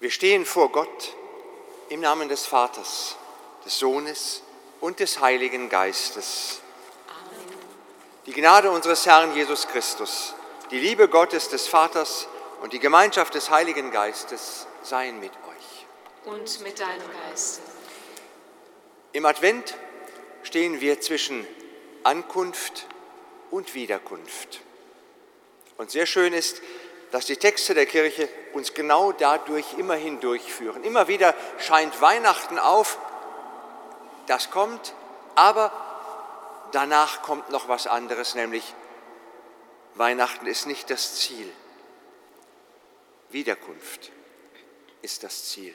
Wir stehen vor Gott im Namen des Vaters, des Sohnes und des Heiligen Geistes. Amen. Die Gnade unseres Herrn Jesus Christus, die Liebe Gottes des Vaters und die Gemeinschaft des Heiligen Geistes seien mit euch. Und mit deinem Geiste. Im Advent stehen wir zwischen Ankunft und Wiederkunft. Und sehr schön ist, dass die Texte der Kirche uns genau dadurch immer hindurchführen. Immer wieder scheint Weihnachten auf, das kommt, aber danach kommt noch was anderes, nämlich Weihnachten ist nicht das Ziel. Wiederkunft ist das Ziel.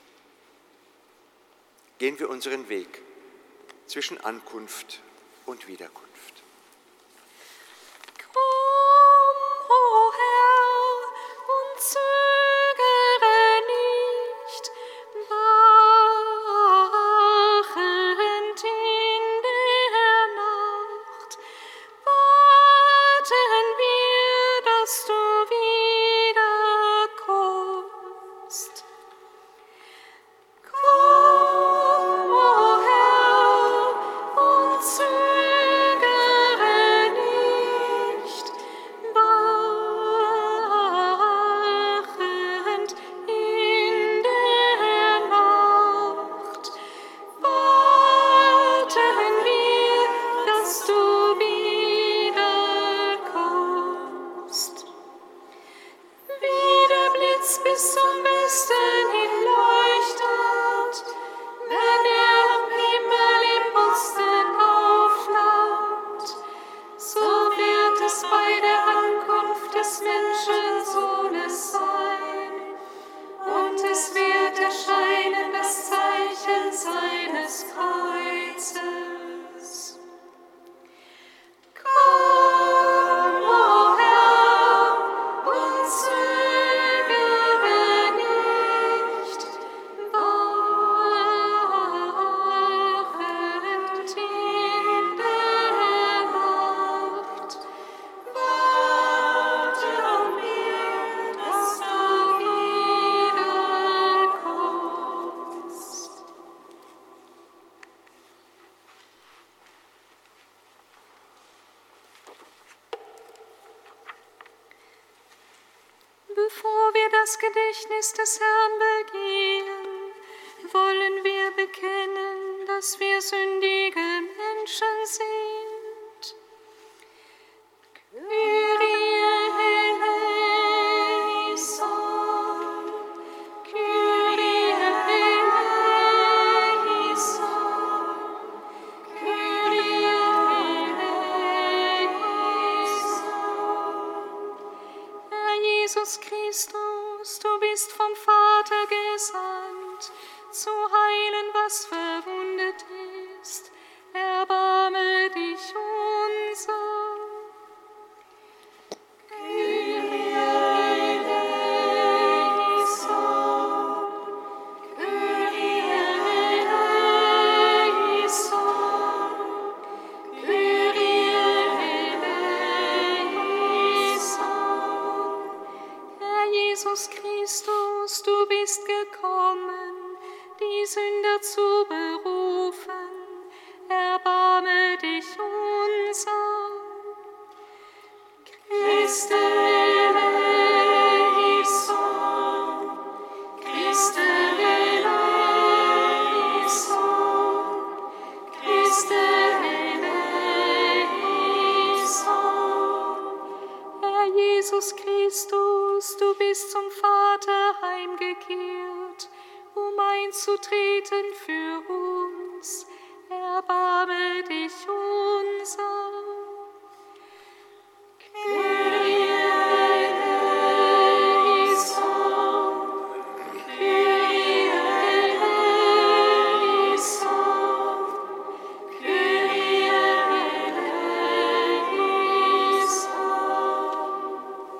Gehen wir unseren Weg zwischen Ankunft und Wiederkunft. Komm, o Herr, und zögere nicht, wachend in der Nacht, warten wir, dass du wiederkommst. Komm, o Herr, und zögere nicht, wachend in der Nacht, warten wir, dass du wiederkommst. Wie der Blitz bis zum Westen hin leuchtet, wenn er am Himmel im Osten aufflammt, so wird es bei der Ankunft des Menschensohnes sein, und es wird erscheinen das Zeichen seines Kreuzes. Komm, o Herr, und zögere nicht, wachend in der Nacht, warten wir, dass du wiederkommst. Bevor wir das Gedächtnis des Herrn begehen, wollen wir bekennen, dass wir sündige Menschen sind. Kyrie eleison, Kyrie eleison, Kyrie eleison. Herr Jesus Christus, du bist vom Vater gesandt, zu heilen, was verwundet ist. Erbarme dich unser. Kyrie eleison, Kyrie eleison, Kyrie eleison. Herr Jesus Christus, du bist gekommen, die Sünder zu berufen. Erbarme dich unser. Christe eleison, Christe eleison, Christe eleison. Herr Jesus Christus, du bist zum Vater heimgekehrt, um einzutreten für uns. Erbarme dich unser. Kyrie eleison, Kyrie eleison, Kyrie eleison.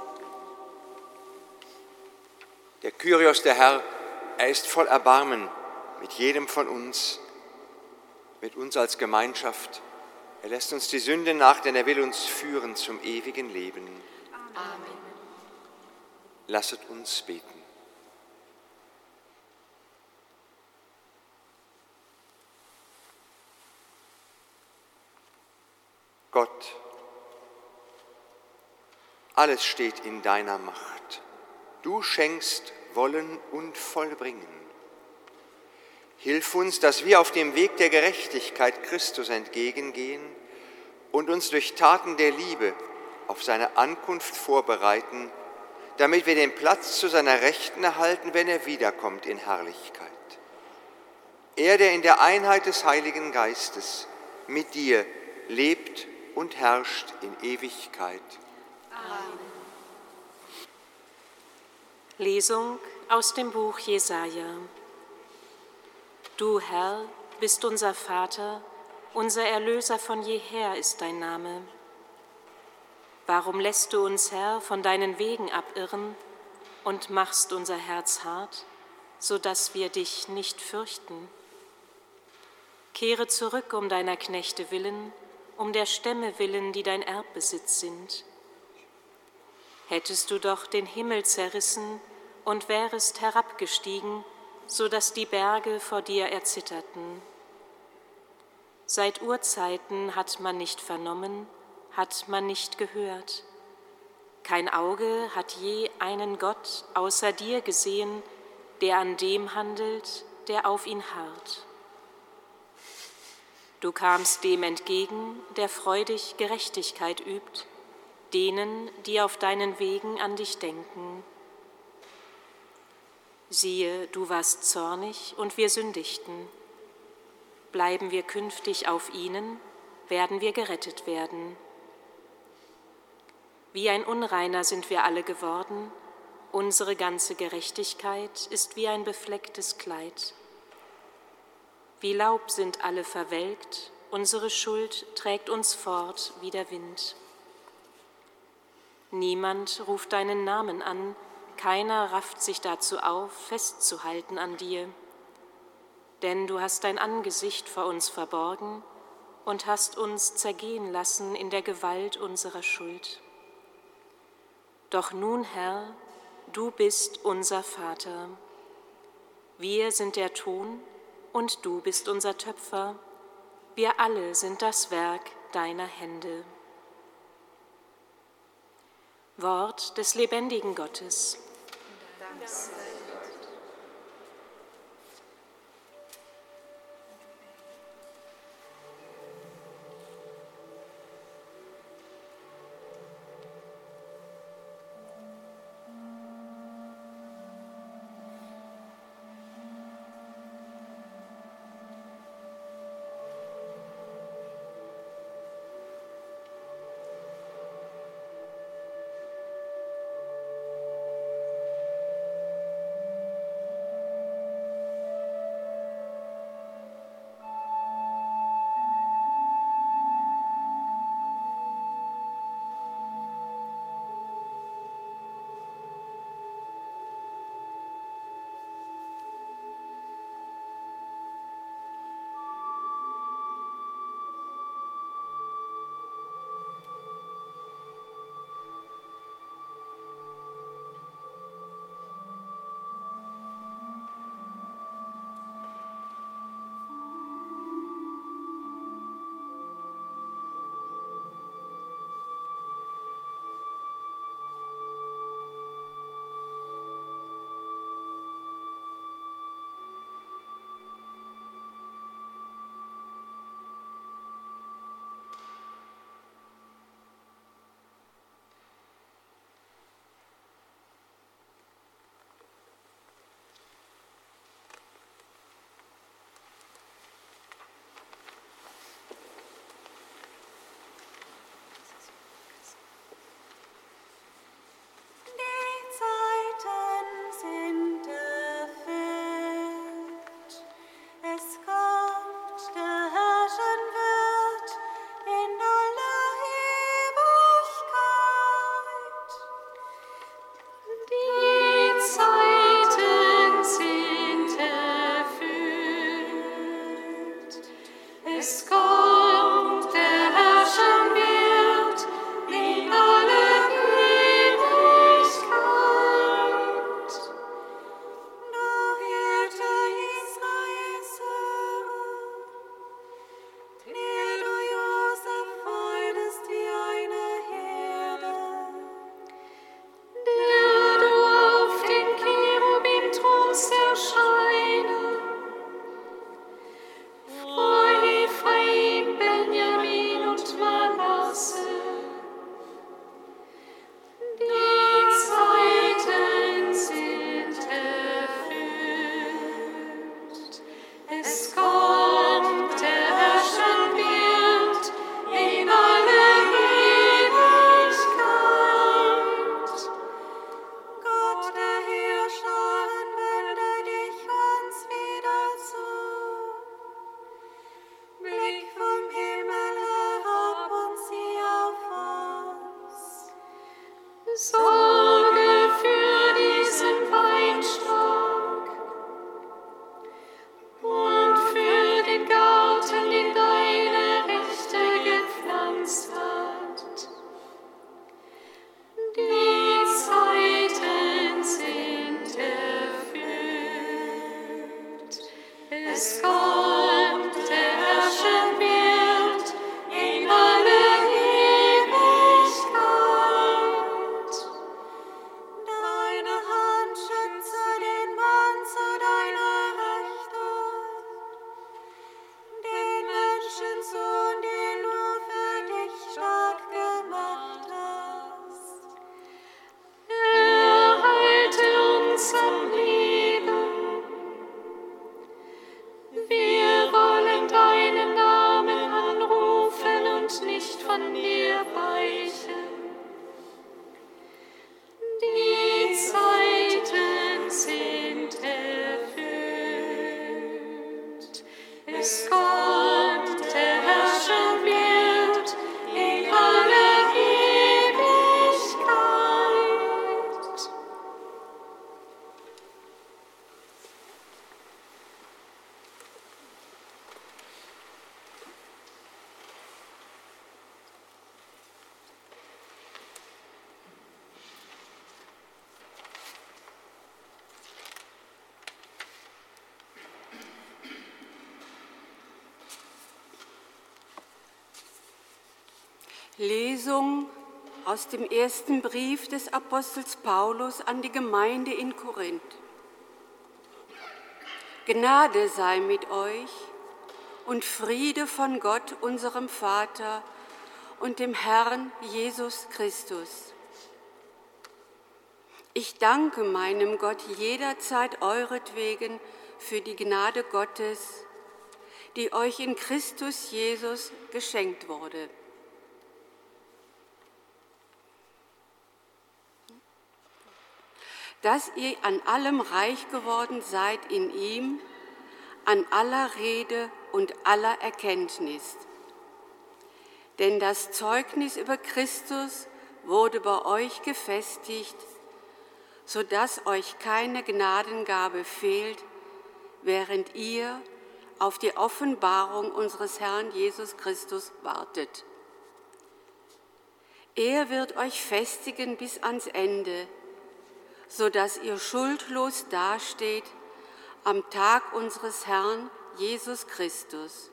Der Kyrios, der Herr, er ist voll Erbarmen mit jedem von uns, mit uns als Gemeinschaft. Er lässt uns die Sünde nach, denn er will uns führen zum ewigen Leben. Amen. Lasset uns beten. Gott, alles steht in deiner Macht. Du schenkst Wollen und Vollbringen. Hilf uns, dass wir auf dem Weg der Gerechtigkeit Christus entgegengehen und uns durch Taten der Liebe auf seine Ankunft vorbereiten, damit wir den Platz zu seiner Rechten erhalten, wenn er wiederkommt in Herrlichkeit. Er, der in der Einheit des Heiligen Geistes mit dir lebt und herrscht in Ewigkeit. Amen. Lesung aus dem Buch Jesaja. Du, Herr, bist unser Vater, unser Erlöser von jeher ist dein Name. Warum lässt du uns, Herr, von deinen Wegen abirren und machst unser Herz hart, so dass wir dich nicht fürchten? Kehre zurück um deiner Knechte willen, um der Stämme willen, die dein Erbbesitz sind. Hättest du doch den Himmel zerrissen und wärest herabgestiegen, so dass die Berge vor dir erzitterten. Seit Urzeiten hat man nicht vernommen, hat man nicht gehört. Kein Auge hat je einen Gott außer dir gesehen, der an dem handelt, der auf ihn harrt. Du kamst dem entgegen, der freudig Gerechtigkeit übt, denen, die auf deinen Wegen an dich denken. Siehe, du warst zornig und wir sündigten. Bleiben wir künftig auf ihnen, werden wir gerettet werden. Wie ein Unreiner sind wir alle geworden, unsere ganze Gerechtigkeit ist wie ein beflecktes Kleid. Wie Laub sind alle verwelkt, unsere Schuld trägt uns fort wie der Wind. Niemand ruft deinen Namen an, keiner rafft sich dazu auf, festzuhalten an dir. Denn du hast dein Angesicht vor uns verborgen und hast uns zergehen lassen in der Gewalt unserer Schuld. Doch nun, Herr, du bist unser Vater. Wir sind der Ton und du bist unser Töpfer. Wir alle sind das Werk deiner Hände. Wort des lebendigen Gottes. Dank sei Gott. Es kommt, der herrschen wird in alle Ewigkeit. Deine Hand schütze den Mann zu deiner Rechte, den Menschensohn, den du für dich stark gemacht hast. Erhalte uns am Leben. Wir wollen deinen Namen anrufen und nicht von dir weichen. Die Zeiten sind erfüllt. Es kommt, der Herrscher wird in alle Ewigkeit. Lesung aus dem ersten Brief des Apostels Paulus an die Gemeinde in Korinth. Gnade sei mit euch und Friede von Gott, unserem Vater und dem Herrn Jesus Christus. Ich danke meinem Gott jederzeit euretwegen für die Gnade Gottes, die euch in Christus Jesus geschenkt wurde. Dass ihr an allem reich geworden seid in ihm, an aller Rede und aller Erkenntnis. Denn das Zeugnis über Christus wurde bei euch gefestigt, sodass euch keine Gnadengabe fehlt, während ihr auf die Offenbarung unseres Herrn Jesus Christus wartet. Er wird euch festigen bis ans Ende, sodass ihr schuldlos dasteht am Tag unseres Herrn Jesus Christus.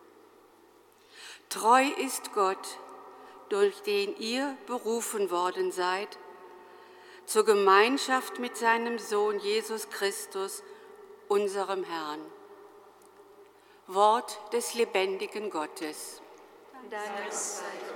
Treu ist Gott, durch den ihr berufen worden seid, zur Gemeinschaft mit seinem Sohn Jesus Christus, unserem Herrn. Wort des lebendigen Gottes. Dank sei Gott.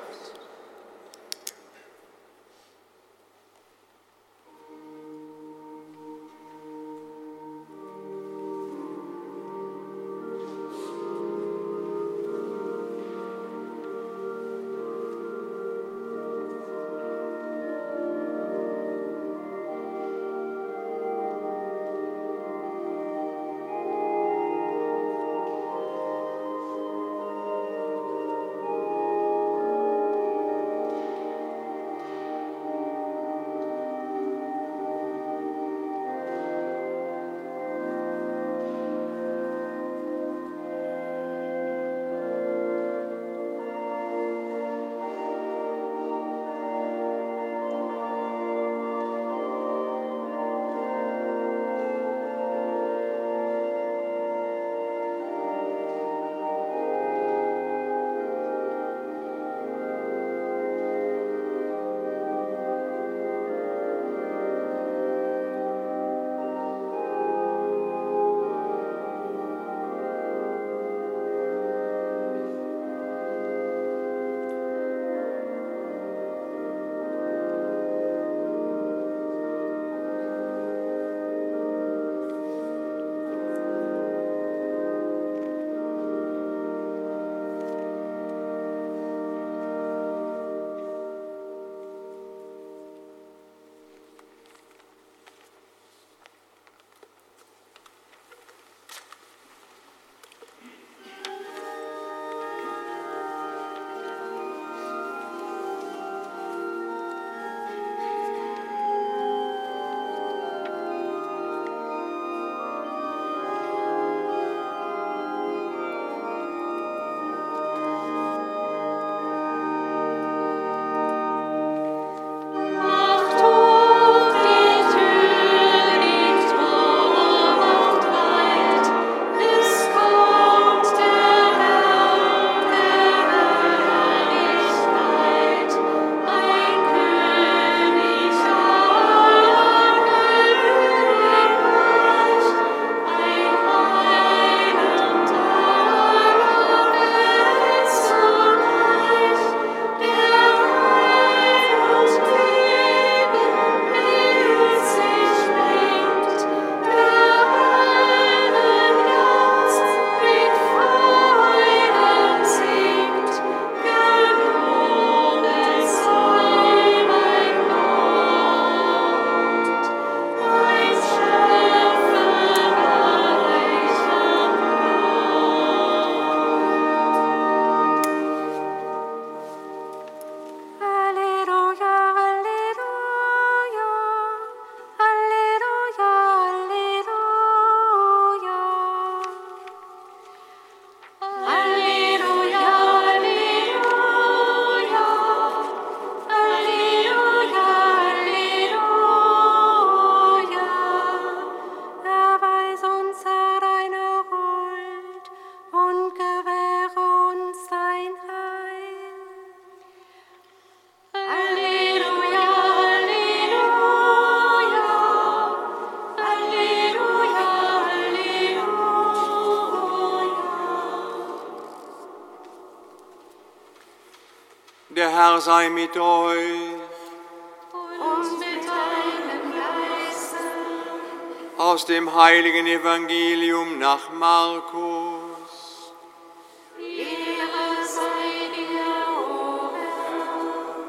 Der Herr sei mit euch. Und mit deinem Geiste. Aus dem heiligen Evangelium nach Markus. Ehre sei dir, o Herr.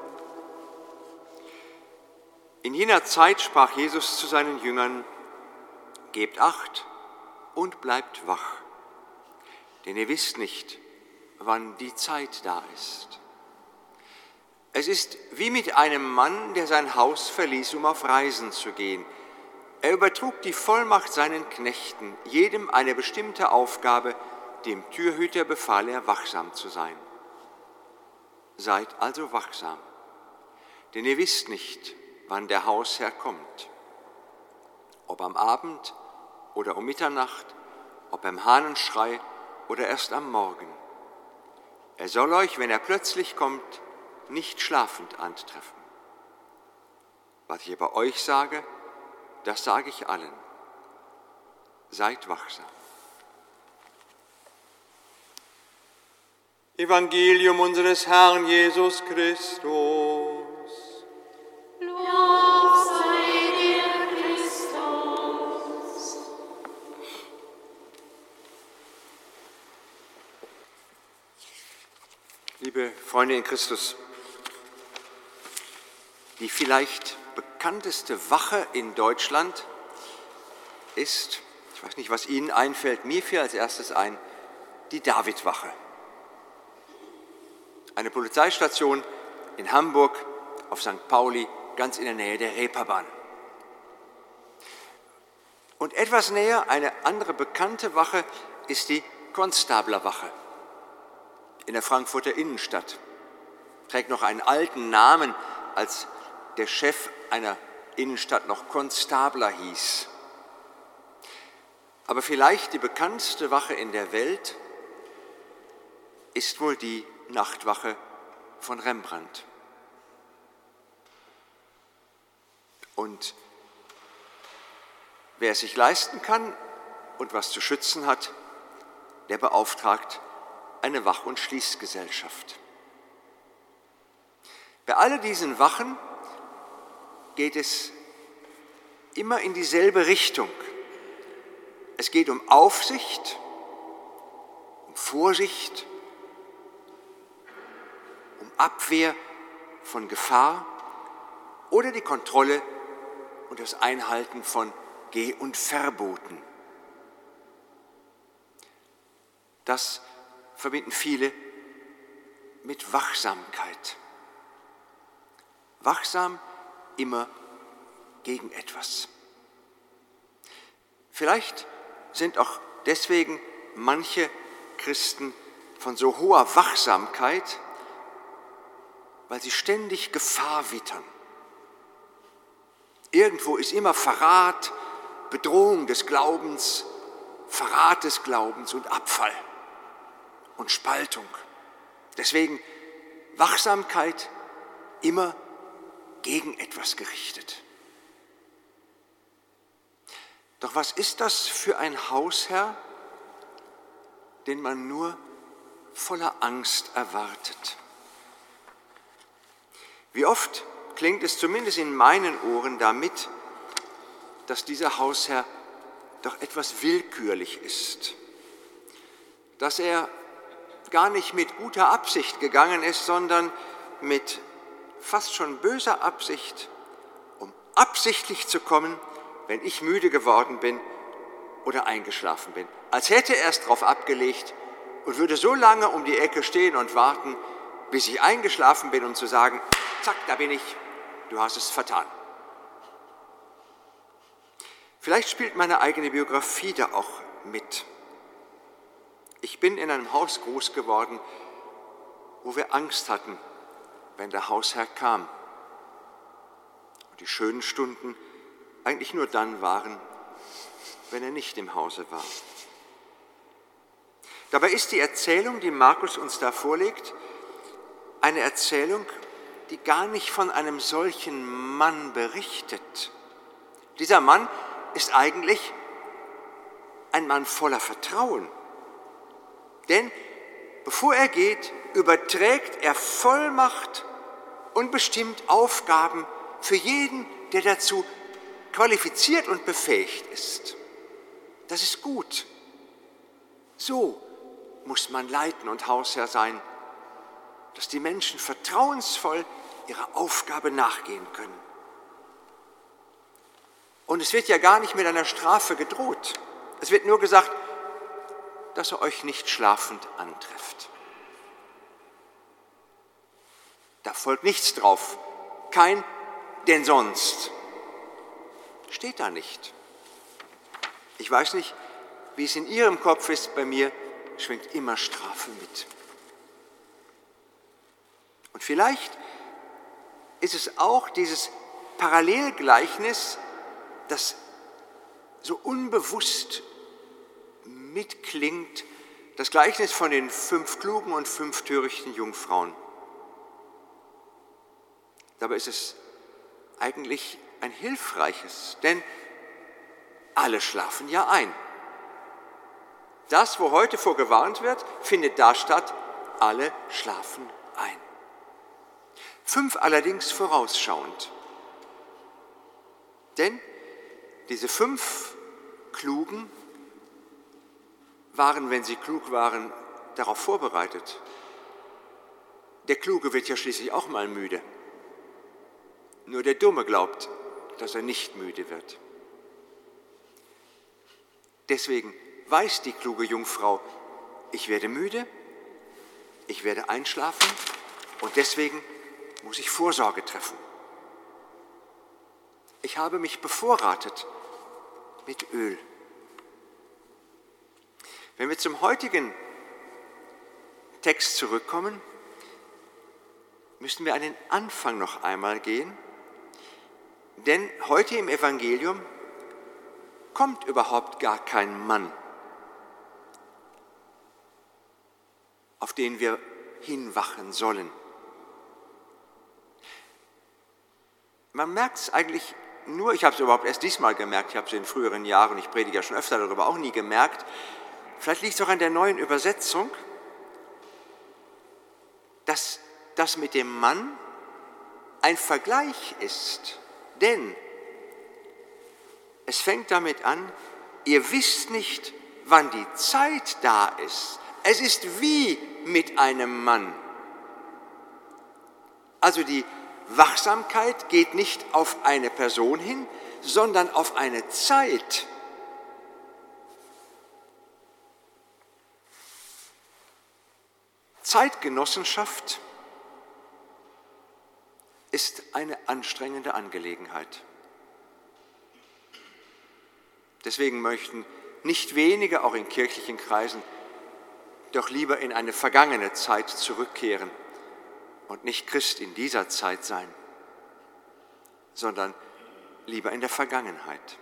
In jener Zeit sprach Jesus zu seinen Jüngern: Gebt Acht und bleibt wach, denn ihr wisst nicht, wann die Zeit da ist. Es ist wie mit einem Mann, der sein Haus verließ, um auf Reisen zu gehen. Er übertrug die Vollmacht seinen Knechten, jedem eine bestimmte Aufgabe, dem Türhüter befahl er, wachsam zu sein. Seid also wachsam, denn ihr wisst nicht, wann der Hausherr kommt, ob am Abend oder um Mitternacht, ob beim Hahnenschrei oder erst am Morgen. Er soll euch, wenn er plötzlich kommt, nicht schlafend antreffen. Was ich aber euch sage, das sage ich allen. Seid wachsam. Evangelium unseres Herrn Jesus Christus. Lob sei dir, Christus. Liebe Freunde in Christus, die vielleicht bekannteste Wache in Deutschland ist, ich weiß nicht, was Ihnen einfällt, mir fiel als erstes ein, die Davidwache. Eine Polizeistation in Hamburg auf St. Pauli, ganz in der Nähe der Reeperbahn. Und etwas näher, eine andere bekannte Wache ist die Konstablerwache in der Frankfurter Innenstadt. Trägt noch einen alten Namen, als der Chef einer Innenstadt noch Konstabler hieß. Aber vielleicht die bekannteste Wache in der Welt ist wohl die Nachtwache von Rembrandt. Und wer es sich leisten kann und was zu schützen hat, der beauftragt eine Wach- und Schließgesellschaft. Bei all diesen Wachen geht es immer in dieselbe Richtung. Es geht um Aufsicht, um Vorsicht, um Abwehr von Gefahr oder die Kontrolle und das Einhalten von Geh- und Verboten. Das verbinden viele mit Wachsamkeit. Wachsam immer gegen etwas. Vielleicht sind auch deswegen manche Christen von so hoher Wachsamkeit, weil sie ständig Gefahr wittern. Irgendwo ist immer Verrat, Bedrohung des Glaubens, Verrat des Glaubens und Abfall und Spaltung. Deswegen Wachsamkeit immer gegen etwas gerichtet. Doch was ist das für ein Hausherr, den man nur voller Angst erwartet? Wie oft klingt es zumindest in meinen Ohren damit, dass dieser Hausherr doch etwas willkürlich ist, dass er gar nicht mit guter Absicht gegangen ist, sondern mit fast schon böser Absicht, um absichtlich zu kommen, wenn ich müde geworden bin oder eingeschlafen bin. Als hätte er es drauf abgelegt und würde so lange um die Ecke stehen und warten, bis ich eingeschlafen bin, um zu sagen, zack, da bin ich, du hast es vertan. Vielleicht spielt meine eigene Biografie da auch mit. Ich bin in einem Haus groß geworden, wo wir Angst hatten, wenn der Hausherr kam. Und die schönen Stunden eigentlich nur dann waren, wenn er nicht im Hause war. Dabei ist die Erzählung, die Markus uns da vorlegt, eine Erzählung, die gar nicht von einem solchen Mann berichtet. Dieser Mann ist eigentlich ein Mann voller Vertrauen. Denn bevor er geht, überträgt er Vollmacht und bestimmt Aufgaben für jeden, der dazu qualifiziert und befähigt ist. Das ist gut. So muss man leiten und Hausherr sein, dass die Menschen vertrauensvoll ihrer Aufgabe nachgehen können. Und es wird ja gar nicht mit einer Strafe gedroht. Es wird nur gesagt, dass er euch nicht schlafend antrefft. Da folgt nichts drauf. Kein denn sonst. Steht da nicht. Ich weiß nicht, wie es in Ihrem Kopf ist, bei mir schwingt immer Strafe mit. Und vielleicht ist es auch dieses Parallelgleichnis, das so unbewusst mitklingt, das Gleichnis von den 5 klugen und 5 törichten Jungfrauen. Dabei ist es eigentlich ein hilfreiches, denn alle schlafen ja ein. Das, wo heute vor gewarnt wird, findet da statt, alle schlafen ein. 5 allerdings vorausschauend. Denn diese 5 Klugen waren, wenn sie klug waren, darauf vorbereitet. Der Kluge wird ja schließlich auch mal müde. Nur der Dumme glaubt, dass er nicht müde wird. Deswegen weiß die kluge Jungfrau, ich werde müde, ich werde einschlafen und deswegen muss ich Vorsorge treffen. Ich habe mich bevorratet mit Öl. Wenn wir zum heutigen Text zurückkommen, müssen wir an den Anfang noch einmal gehen, denn heute im Evangelium kommt überhaupt gar kein Mann, auf den wir hinwachen sollen. Man merkt es eigentlich nur, ich habe es überhaupt erst diesmal gemerkt, ich habe es in früheren Jahren, ich predige ja schon öfter darüber, auch nie gemerkt. Vielleicht liegt es auch an der neuen Übersetzung, dass das mit dem Mann ein Vergleich ist. Denn es fängt damit an, ihr wisst nicht, wann die Zeit da ist. Es ist wie mit einem Mann. Also die Wachsamkeit geht nicht auf eine Person hin, sondern auf eine Zeit. Zeitgenossenschaft ist eine anstrengende Angelegenheit. Deswegen möchten nicht wenige, auch in kirchlichen Kreisen, doch lieber in eine vergangene Zeit zurückkehren und nicht Christ in dieser Zeit sein, sondern lieber in der Vergangenheit.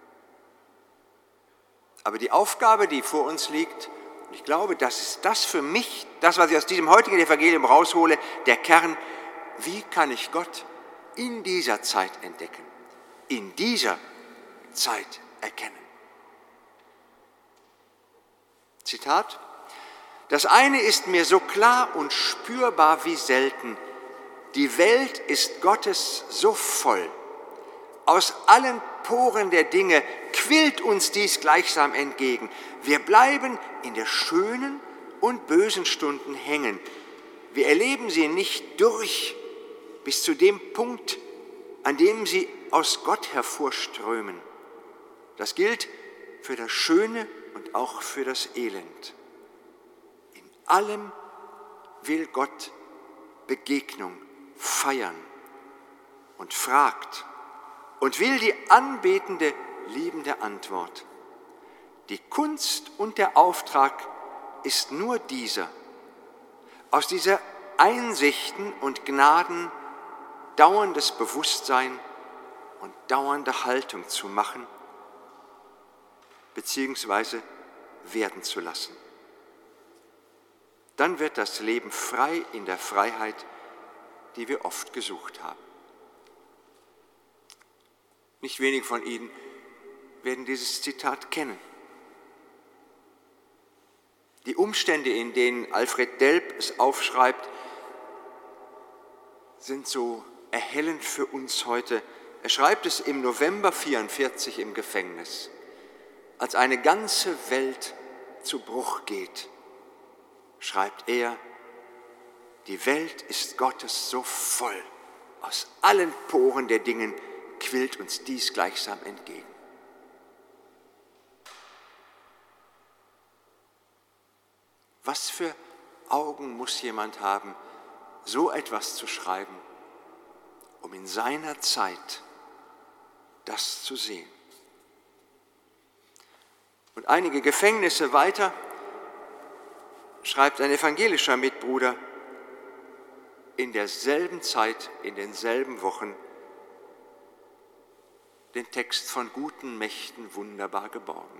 Aber die Aufgabe, die vor uns liegt, und ich glaube, das ist das für mich, das, was ich aus diesem heutigen Evangelium raushole, der Kern: Wie kann ich Gott in dieser Zeit entdecken, in dieser Zeit erkennen? Zitat: Das eine ist mir so klar und spürbar wie selten. Die Welt ist Gottes so voll. Aus allen Poren der Dinge quillt uns dies gleichsam entgegen. Wir bleiben in der schönen und bösen Stunden hängen. Wir erleben sie nicht durch bis zu dem Punkt, an dem sie aus Gott hervorströmen. Das gilt für das Schöne und auch für das Elend. In allem will Gott Begegnung feiern und fragt und will die anbetende, liebende Antwort. Die Kunst und der Auftrag ist nur dieser: aus dieser Einsichten und Gnaden dauerndes Bewusstsein und dauernde Haltung zu machen bzw. werden zu lassen. Dann wird das Leben frei in der Freiheit, die wir oft gesucht haben. Nicht wenige von Ihnen werden dieses Zitat kennen. Die Umstände, in denen Alfred Delp es aufschreibt, sind so erhellend für uns heute. Er schreibt es im November 1944 im Gefängnis, als eine ganze Welt zu Bruch geht, schreibt er: Die Welt ist Gottes so voll, aus allen Poren der Dingen quillt uns dies gleichsam entgegen. Was für Augen muss jemand haben, so etwas zu schreiben, um in seiner Zeit das zu sehen? Und einige Gefängnisse weiter schreibt ein evangelischer Mitbruder: In derselben Zeit, in denselben Wochen, den Text von guten Mächten wunderbar geborgen.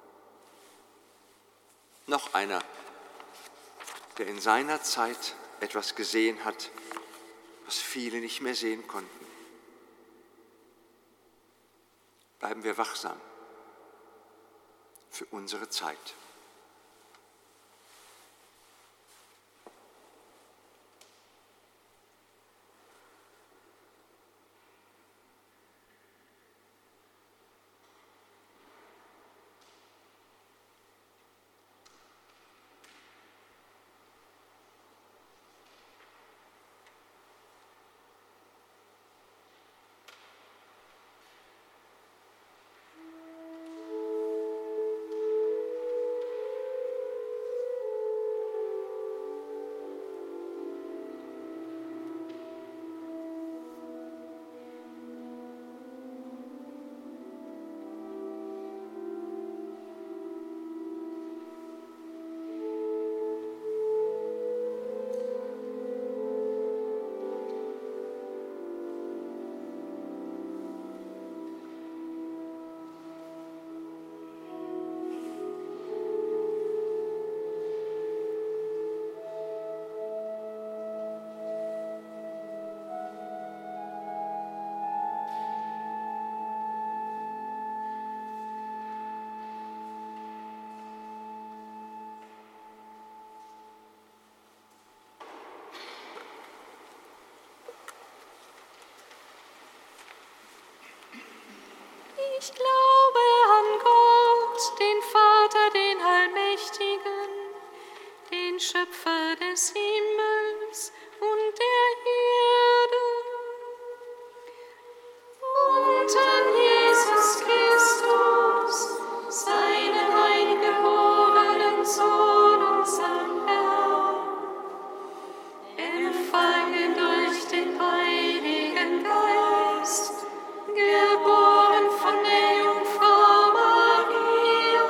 Noch einer, der in seiner Zeit etwas gesehen hat, was viele nicht mehr sehen konnten. Bleiben wir wachsam für unsere Zeit. Ich glaube an Gott, den Vater, den Allmächtigen, den Schöpfer des Himmels und der Erde, und an Jesus Christus, seinen eingeborenen Sohn, unseren Herrn, empfangen durch den Heiligen Geist, geboren von der Jungfrau Maria,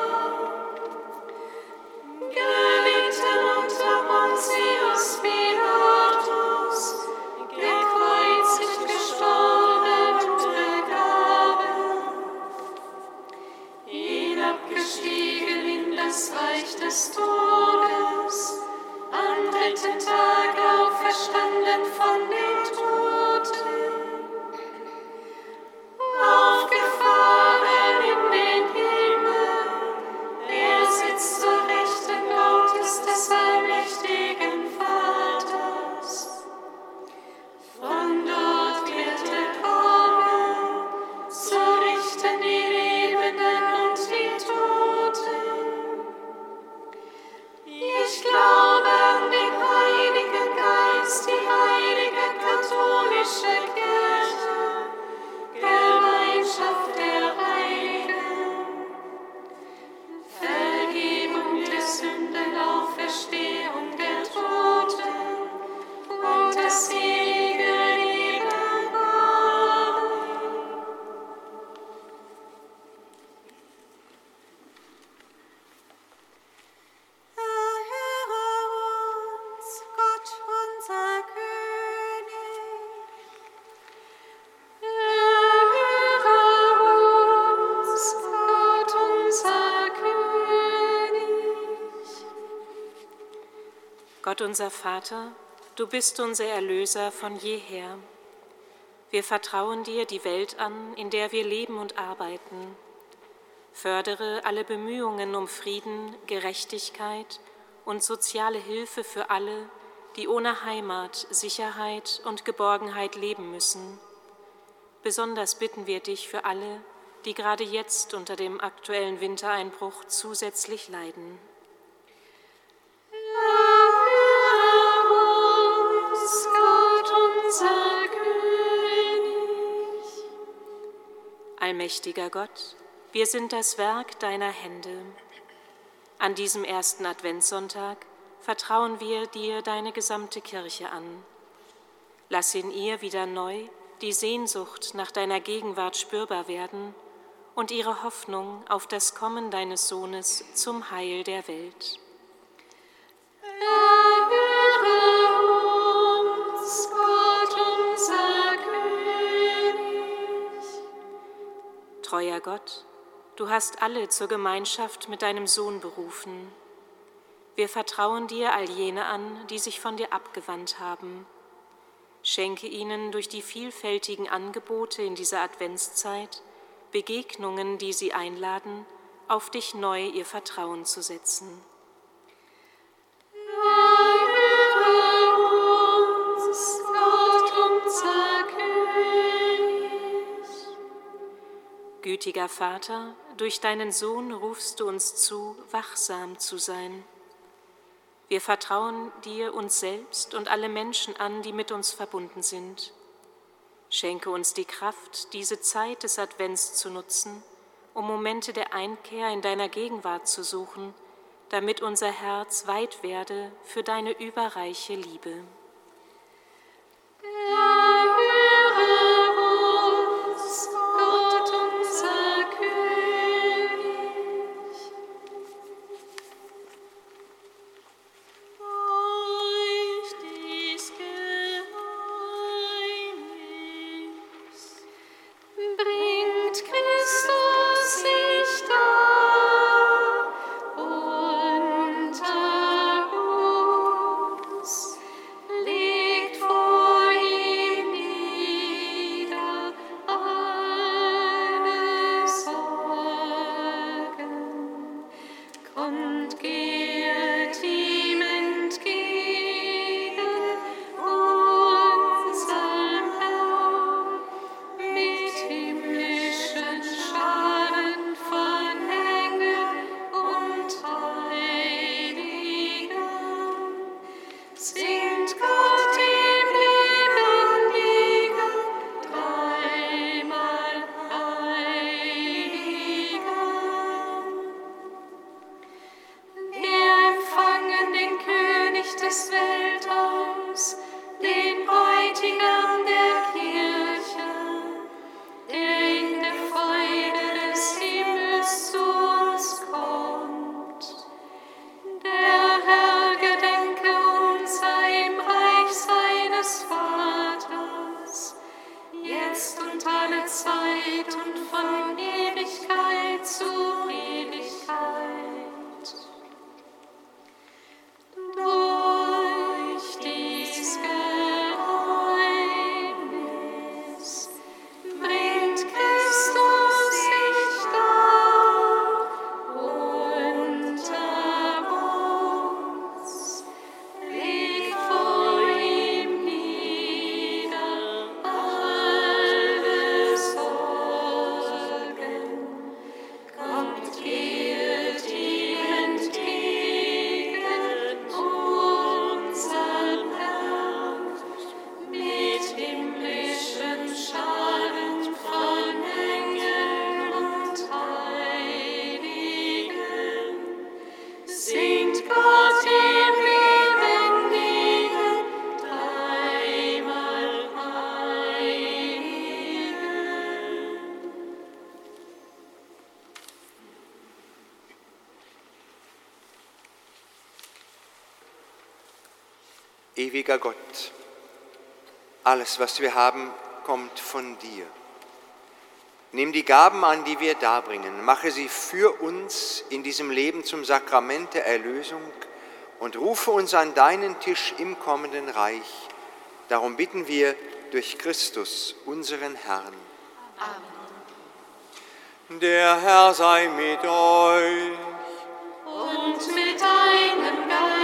gelitten unter Pontius Pilatus, gekreuzigt, gestorben und begraben, hinabgestiegen in das Reich des Todes, am dritten Tag auferstanden von den Toten, aufgefahren in den Himmel, er sitzt zur Rechten Gottes des allmächtigen Vaters. Von dort wird er kommen, zu richten die Lebenden und die Toten. Ich glaube an den Heiligen Geist, die heilige katholische Kirche, Gemeinschaft der Heiligen, Vergebung der Sünden, Auferstehung der Toten und das ewige Leben. Amen. Erhöre uns, Gott, unser König. Erhöre uns, Gott, unser König. Gott, unser Vater, du bist unser Erlöser von jeher. Wir vertrauen dir die Welt an, in der wir leben und arbeiten. Fördere alle Bemühungen um Frieden, Gerechtigkeit und soziale Hilfe für alle, die ohne Heimat, Sicherheit und Geborgenheit leben müssen. Besonders bitten wir dich für alle, die gerade jetzt unter dem aktuellen Wintereinbruch zusätzlich leiden. Erhöre uns, Gott, unser König. Allmächtiger Gott, wir sind das Werk deiner Hände. An diesem ersten Adventssonntag vertrauen wir dir deine gesamte Kirche an. Lass in ihr wieder neu die Sehnsucht nach deiner Gegenwart spürbar werden und ihre Hoffnung auf das Kommen deines Sohnes zum Heil der Welt. Erhöre uns, Gott, unser König. Treuer Gott, du hast alle zur Gemeinschaft mit deinem Sohn berufen. Wir vertrauen dir all jene an, die sich von dir abgewandt haben. Schenke ihnen durch die vielfältigen Angebote in dieser Adventszeit Begegnungen, die sie einladen, auf dich neu ihr Vertrauen zu setzen. Erhöre uns, Gott, unser König. Gütiger Vater, durch deinen Sohn rufst du uns zu, wachsam zu sein. Wir vertrauen dir uns selbst und alle Menschen an, die mit uns verbunden sind. Schenke uns die Kraft, diese Zeit des Advents zu nutzen, um Momente der Einkehr in deiner Gegenwart zu suchen, damit unser Herz weit werde für deine überreiche Liebe. Erhöre uns, Gott, unser König. Euch dies Geheimnis bringt Christus sich dar unter uns, legt vor ihm nieder alle Sorgen, kommt, geht ihm entgegen, unserem Herrn, mit himmlischen Scharen von Engeln und Heiligen. Singt Gott dem Lebendigen, dreimal Heiligen. Wir empfangen den König des Weltalls, den Bräutigam der Kirche, der in der Freude des Himmels zu uns kommt. Der Herr gedenke unser im Reich seines Vaters, jetzt und alle Zeit und von Ewigkeit zu Ewigkeit. Durch dies Geheimnis bringt Christus sich dar unter uns, legt vor ihm nieder alle Sorgen, kommt, geht ihm entgegen, unserem Herrn, mit himmlischen Scharen von Engeln und Heiligen. Singt Gott dem Lebendigen, dreimal Heiligen. Ewiger Gott, alles, was wir haben, kommt von dir. Nimm die Gaben an, die wir darbringen, mache sie für uns in diesem Leben zum Sakrament der Erlösung und rufe uns an deinen Tisch im kommenden Reich. Darum bitten wir durch Christus, unseren Herrn. Der Herr sei mit euch. Und mit deinem Geist.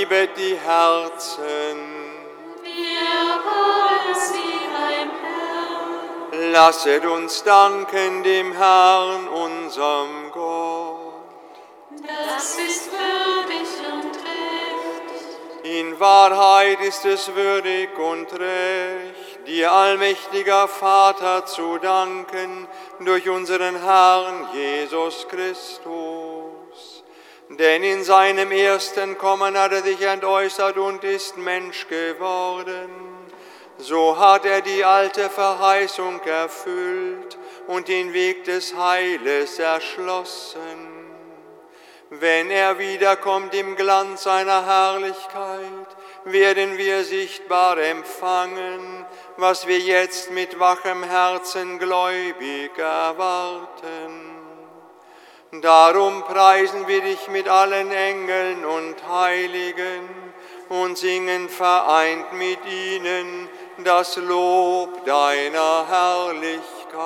liebet die Herzen. Wir wollen sie beim Herrn. Lasset uns danken dem Herrn, unserem Gott. Das ist würdig und recht. In Wahrheit ist es würdig und recht, dir, allmächtiger Vater, zu danken durch unseren Herrn Jesus Christus. Denn in seinem ersten Kommen hat er sich entäußert und ist Mensch geworden. So hat er die alte Verheißung erfüllt und den Weg des Heiles erschlossen. Wenn er wiederkommt im Glanz seiner Herrlichkeit, werden wir sichtbar empfangen, was wir jetzt mit wachem Herzen gläubig erwarten. Darum preisen wir dich mit allen Engeln und Heiligen und singen vereint mit ihnen das Lob deiner Herrlichkeit.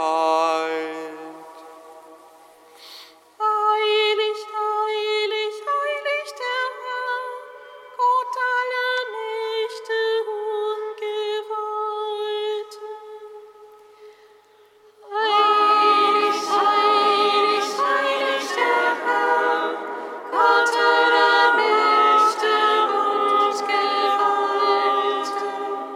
Heilig, heilig, heilig der Herr, Gott aller Mächte und Gewalten. Heilig, heilig, heilig der Herr, Gott aller Mächte und Gewalten.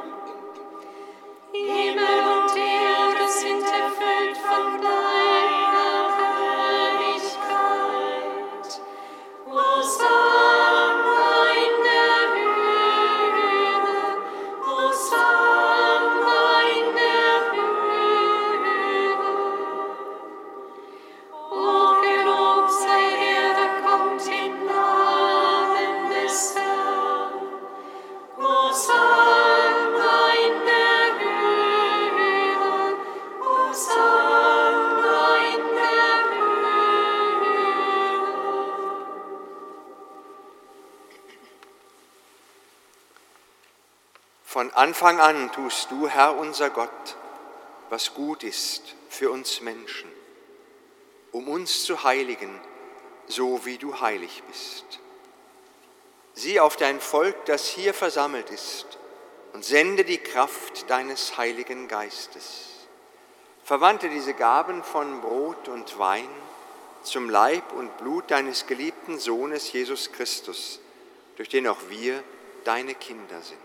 Himmel und Erde sind erfüllt von deiner Herrlichkeit. Hosanna in der Höhe, Hosanna in der Höhe. Hochgelobt sei der kommt im Namen des Herrn. Hosanna in der Höhe, Hosanna in der Höhe. Von Anfang an tust du, Herr unser Gott, was gut ist für uns Menschen, um uns zu heiligen, so wie du heilig bist. Sieh auf dein Volk, das hier versammelt ist, und sende die Kraft deines Heiligen Geistes. Verwandle diese Gaben von Brot und Wein zum Leib und Blut deines geliebten Sohnes Jesus Christus, durch den auch wir deine Kinder sind.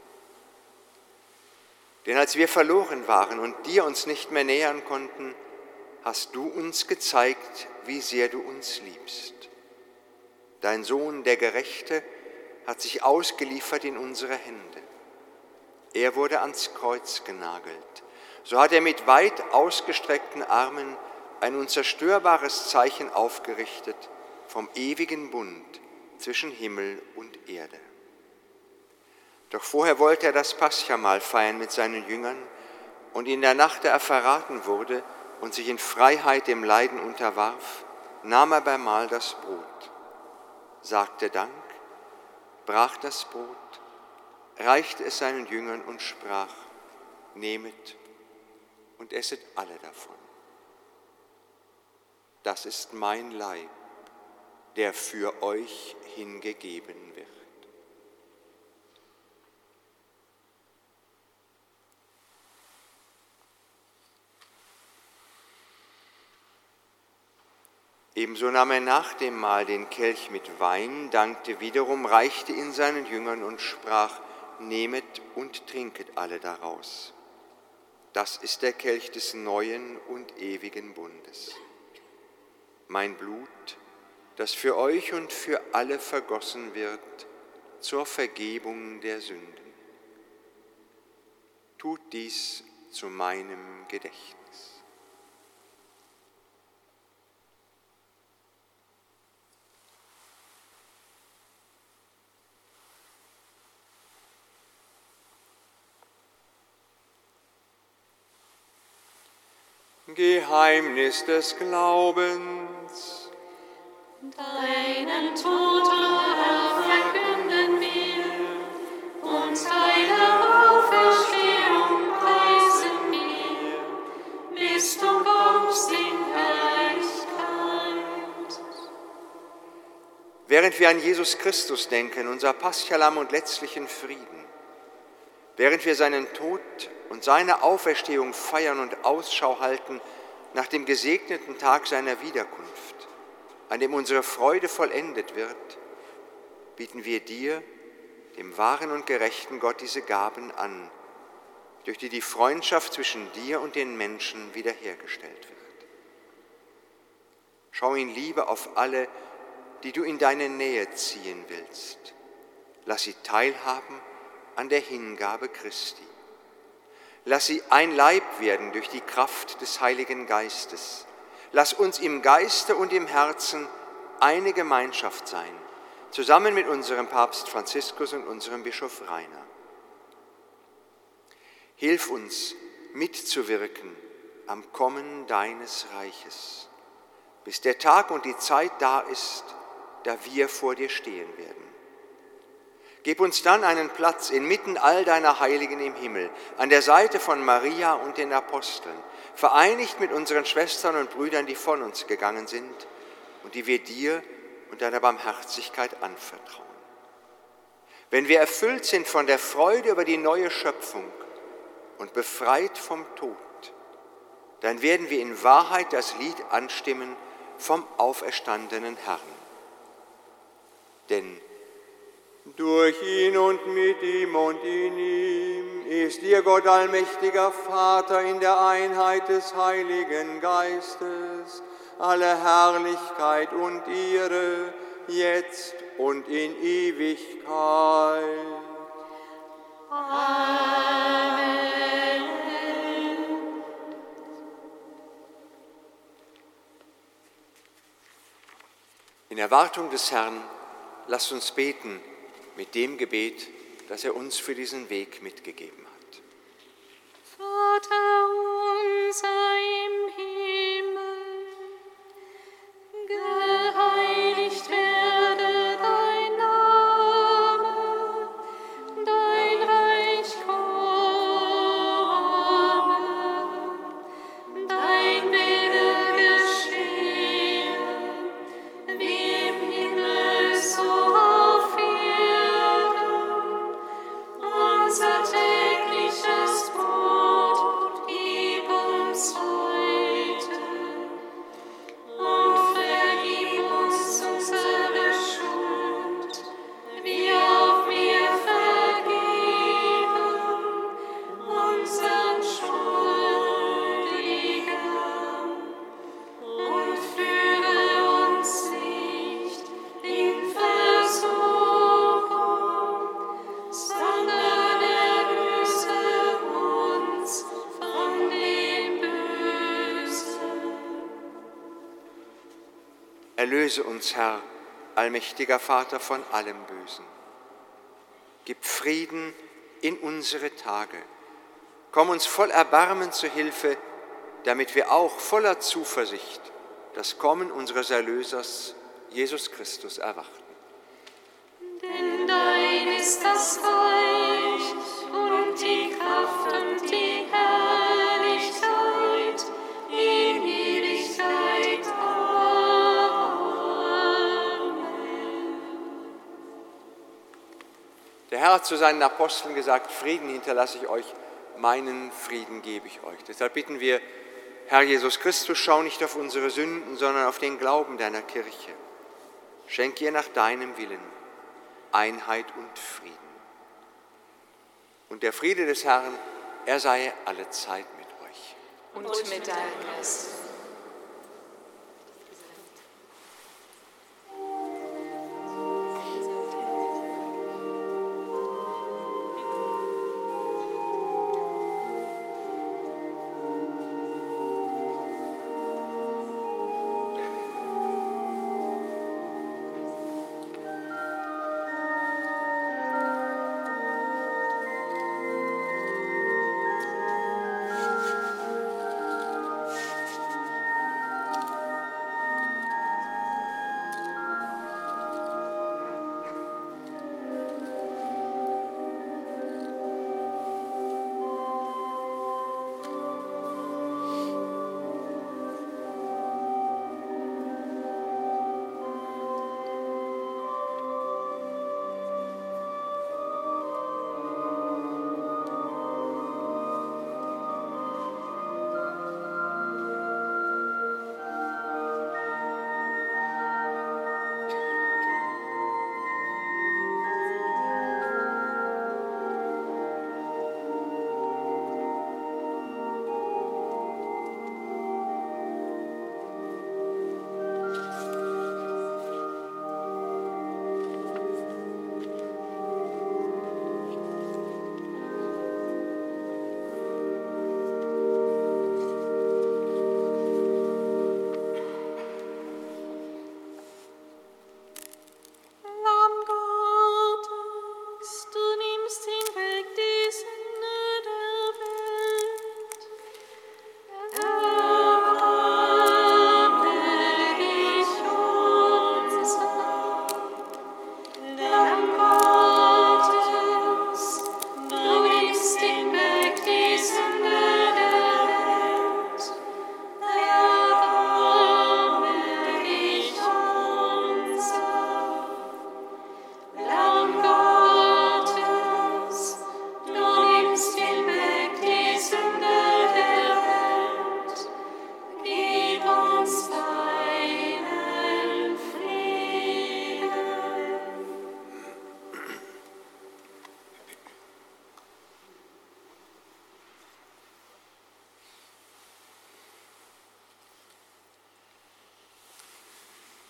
Denn als wir verloren waren und dir uns nicht mehr nähern konnten, hast du uns gezeigt, wie sehr du uns liebst. Dein Sohn, der Gerechte, hat sich ausgeliefert in unsere Hände. Er wurde ans Kreuz genagelt. So hat er mit weit ausgestreckten Armen ein unzerstörbares Zeichen aufgerichtet vom ewigen Bund zwischen Himmel und Erde. Doch vorher wollte er das Paschamahl feiern mit seinen Jüngern, und in der Nacht, da er verraten wurde und sich in Freiheit dem Leiden unterwarf, nahm er beim Mahl das Brot, sagte Dank, brach das Brot, reichte es seinen Jüngern und sprach: Nehmet und esset alle davon. Das ist mein Leib, der für euch hingegeben wird. Ebenso nahm er nach dem Mahl den Kelch mit Wein, dankte wiederum, reichte ihn seinen Jüngern und sprach: Nehmet und trinket alle daraus. Das ist der Kelch des neuen und ewigen Bundes. Mein Blut, das für euch und für alle vergossen wird zur Vergebung der Sünden. Tut dies zu meinem Gedächtnis. Geheimnis des Glaubens. Deinen Tod, o Herr, verkünden wir, und deine Auferstehung preisen wir, bis du kommst in Herrlichkeit. während wir an Jesus Christus denken, unser Paschalamm und letztlichen Frieden, während wir seinen Tod und seine Auferstehung feiern und Ausschau halten nach dem gesegneten Tag seiner Wiederkunft, an dem unsere Freude vollendet wird, bieten wir dir, dem wahren und gerechten Gott, diese Gaben an, durch die die Freundschaft zwischen dir und den Menschen wiederhergestellt wird. Schau in Liebe auf alle, die du in deine Nähe ziehen willst. Lass sie teilhaben an der Hingabe Christi. Lass sie ein Leib werden durch die Kraft des Heiligen Geistes. Lass uns im Geiste und im Herzen eine Gemeinschaft sein, zusammen mit unserem Papst Franziskus und unserem Bischof Rainer. Hilf uns, mitzuwirken am Kommen deines Reiches, bis der Tag und die Zeit da ist, da wir vor dir stehen werden. Gib uns dann einen Platz inmitten all deiner Heiligen im Himmel, an der Seite von Maria und den Aposteln, vereinigt mit unseren Schwestern und Brüdern, die von uns gegangen sind und die wir dir und deiner Barmherzigkeit anvertrauen. Wenn wir erfüllt sind von der Freude über die neue Schöpfung und befreit vom Tod, dann werden wir in Wahrheit das Lied anstimmen vom auferstandenen Herrn. Denn durch ihn und mit ihm und in ihm ist dir Gott allmächtiger Vater in der Einheit des Heiligen Geistes alle Herrlichkeit und Ehre, jetzt und in Ewigkeit. Amen. in Erwartung des Herrn, lasst uns beten mit dem Gebet, das er uns für diesen Weg mitgegeben hat. Vater unser im Himmel, geheiligt werde dein Name, dein Reich komme, dein Wille geschehe, wie im Himmel so auf Erden. Unser tägliches Brot gib uns heute und vergib uns unsere Schuld, wie auch wir vergeben unseren Schuldigen. Und führe uns nicht in Versuchung, sondern erlöse uns von dem Bösen. Erlöse uns, Herr, allmächtiger Vater, von allem Bösen. Gib Frieden in unsere Tage. Komm uns voll Erbarmen zu Hilfe, damit wir auch voller Zuversicht das Kommen unseres Erlösers, Jesus Christus, erwarten. Denn dein ist das Reich und die Kraft und die Herrlichkeit in Ewigkeit. Amen. Der Herr hat zu seinen Aposteln gesagt, Frieden hinterlasse ich euch, meinen Frieden gebe ich euch. Deshalb bitten wir, Herr Jesus Christus, schau nicht auf unsere Sünden, sondern auf den Glauben deiner Kirche. Schenk ihr nach deinem Willen Einheit und Frieden. Und der Friede des Herrn, er sei allezeit mit euch. Und mit deinem Geist.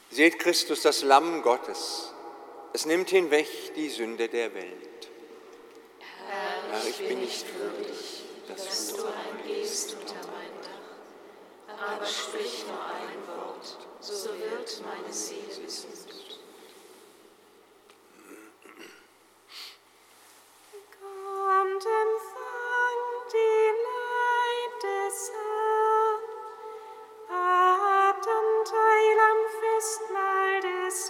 Seht Christus, das Lamm Gottes. Es nimmt hinweg die Sünde der Welt. Herr, ich bin nicht würdig, dass du eingehst unter mein Dach, aber sprich nur ein Wort, so wird meine Seele gesund. Kommt, empfangt den Leib des Herrn, habt Anteil am Festmahl des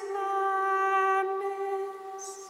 Lammes.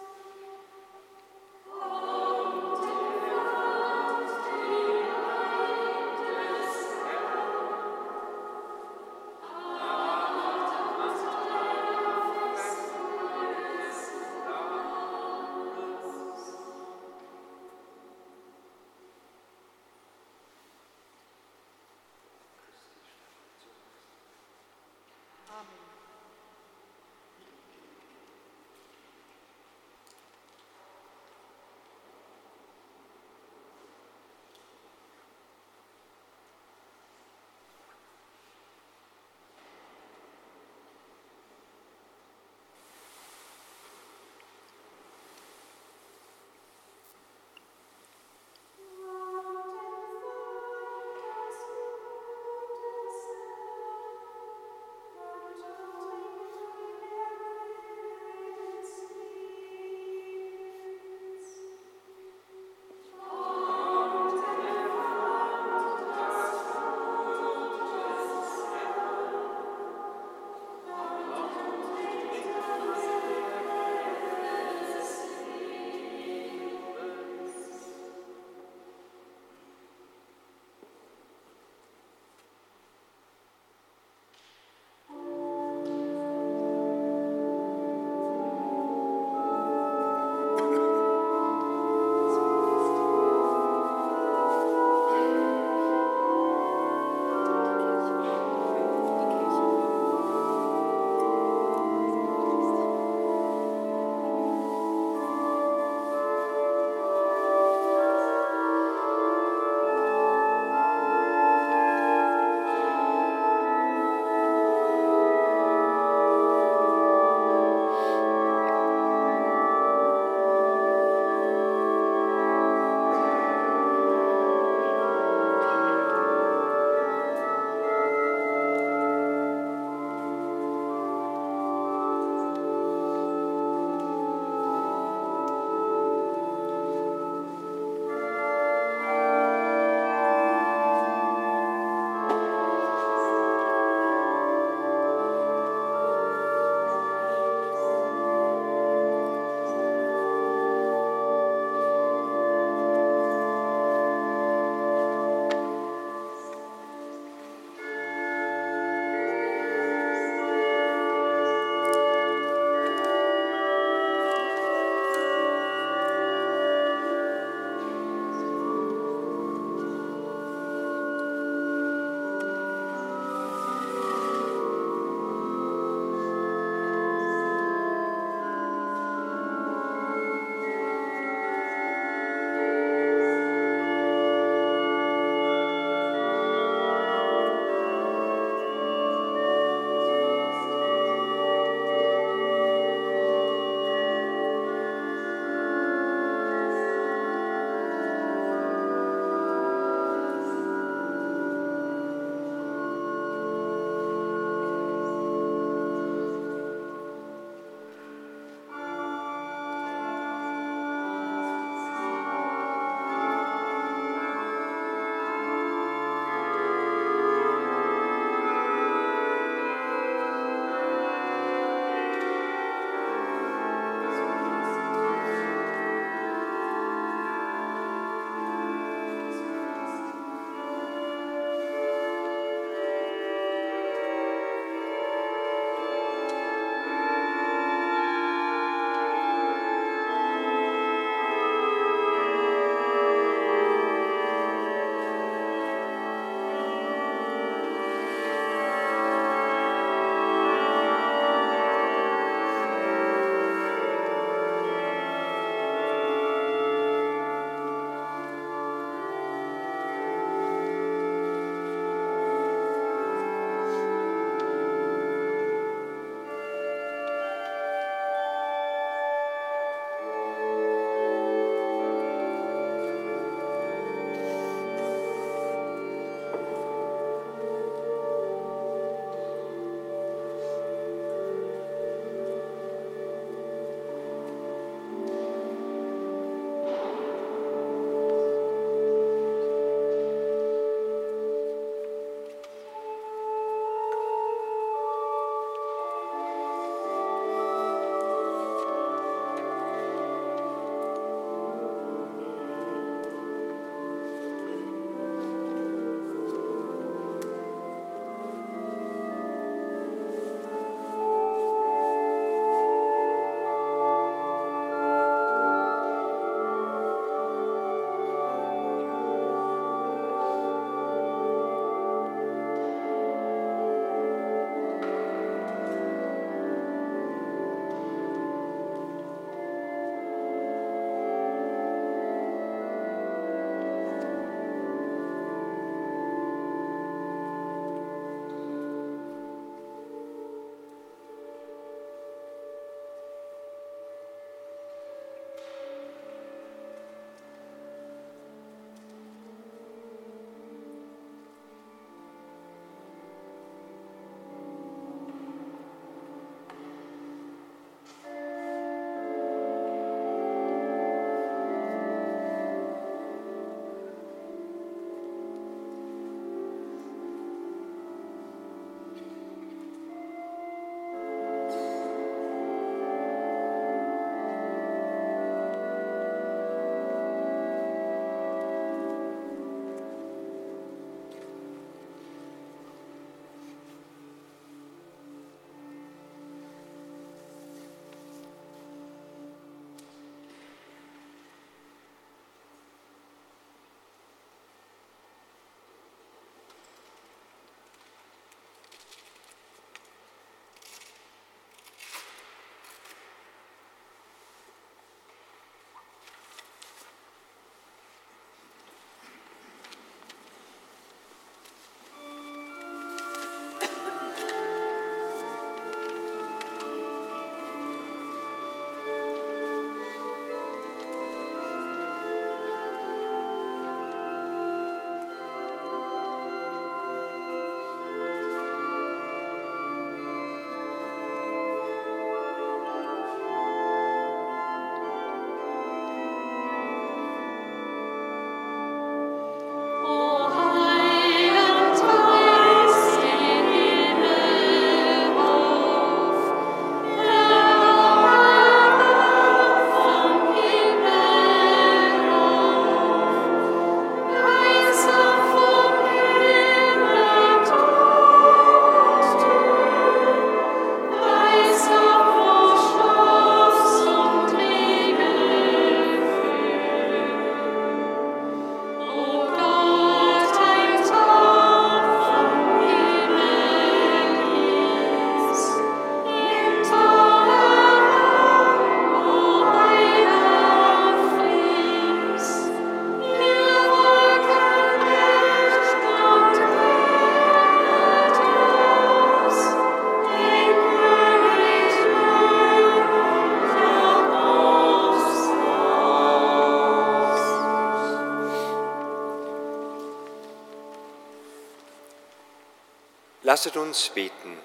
Lasset uns beten.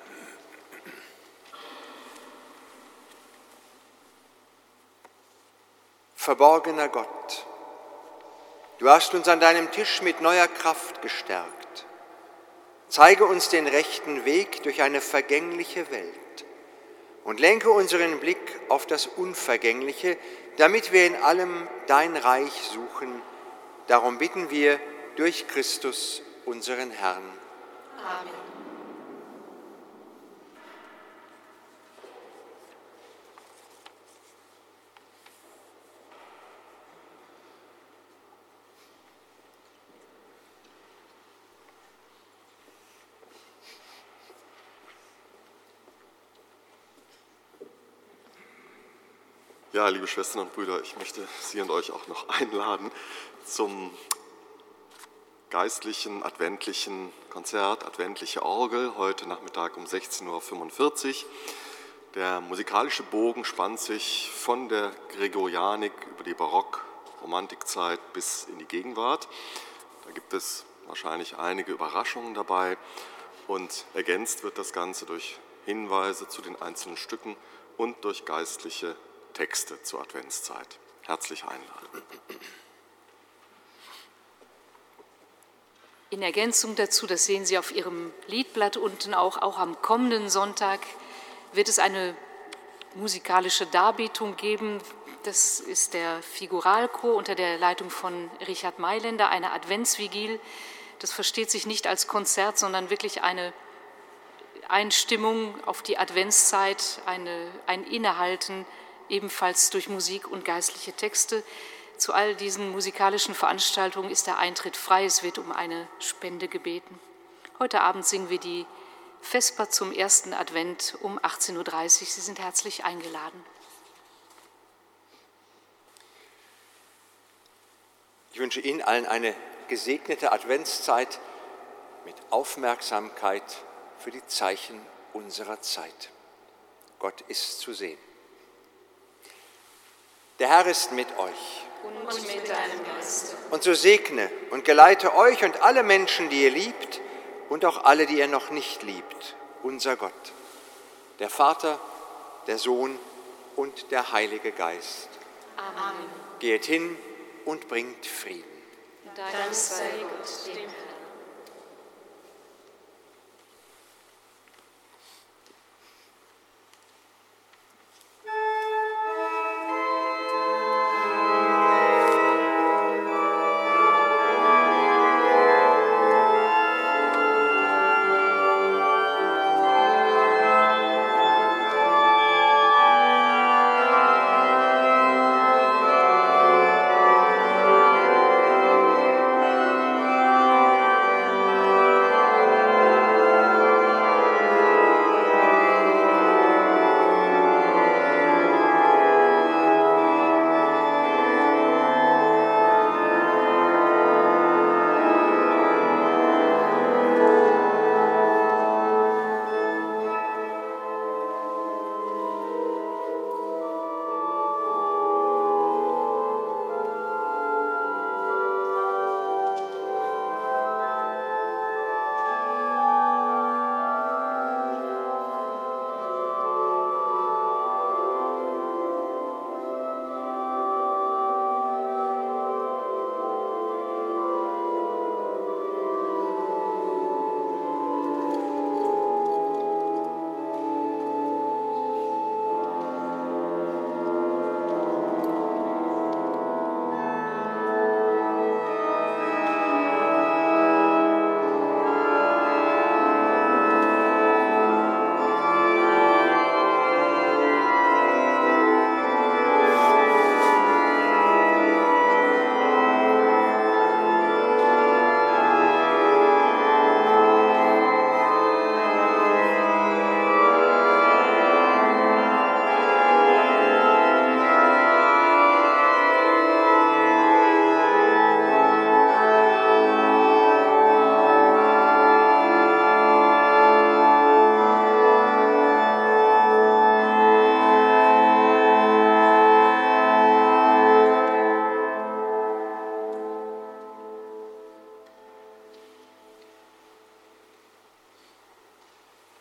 Verborgener Gott, du hast uns an deinem Tisch mit neuer Kraft gestärkt. Zeige uns den rechten Weg durch eine vergängliche Welt und lenke unseren Blick auf das Unvergängliche, damit wir in allem dein Reich suchen. Darum bitten wir durch Christus, unseren Herrn. Amen. Ja, liebe Schwestern und Brüder, ich möchte Sie und euch auch noch einladen zum geistlichen, adventlichen Konzert, adventliche Orgel, heute Nachmittag um 16:45 Uhr. Der musikalische Bogen spannt sich von der Gregorianik über die Barock-Romantikzeit bis in die Gegenwart. Da gibt es wahrscheinlich einige Überraschungen dabei und ergänzt wird das Ganze durch Hinweise zu den einzelnen Stücken und durch geistliche Texte zur Adventszeit. Herzlich einladen. In Ergänzung dazu, das sehen Sie auf Ihrem Liedblatt unten auch am kommenden Sonntag wird es eine musikalische Darbietung geben. Das ist der Figuralchor unter der Leitung von Richard Mailänder, eine Adventsvigil. Das versteht sich nicht als Konzert, sondern wirklich eine Einstimmung auf die Adventszeit, ein Innehalten, ebenfalls durch Musik und geistliche Texte. Zu all diesen musikalischen Veranstaltungen ist der Eintritt frei. Es wird um eine Spende gebeten. Heute Abend singen wir die Vesper zum ersten Advent um 18:30 Uhr. Sie sind herzlich eingeladen. Ich wünsche Ihnen allen eine gesegnete Adventszeit mit Aufmerksamkeit für die Zeichen unserer Zeit. Gott ist zu sehen. Der Herr ist mit euch. Und mit deinem Geist. Und so segne und geleite euch und alle Menschen, die ihr liebt, und auch alle, die ihr noch nicht liebt, unser Gott, der Vater, der Sohn und der Heilige Geist. Amen. Geht hin und bringt Frieden. Dank sei Gott, dem Herrn.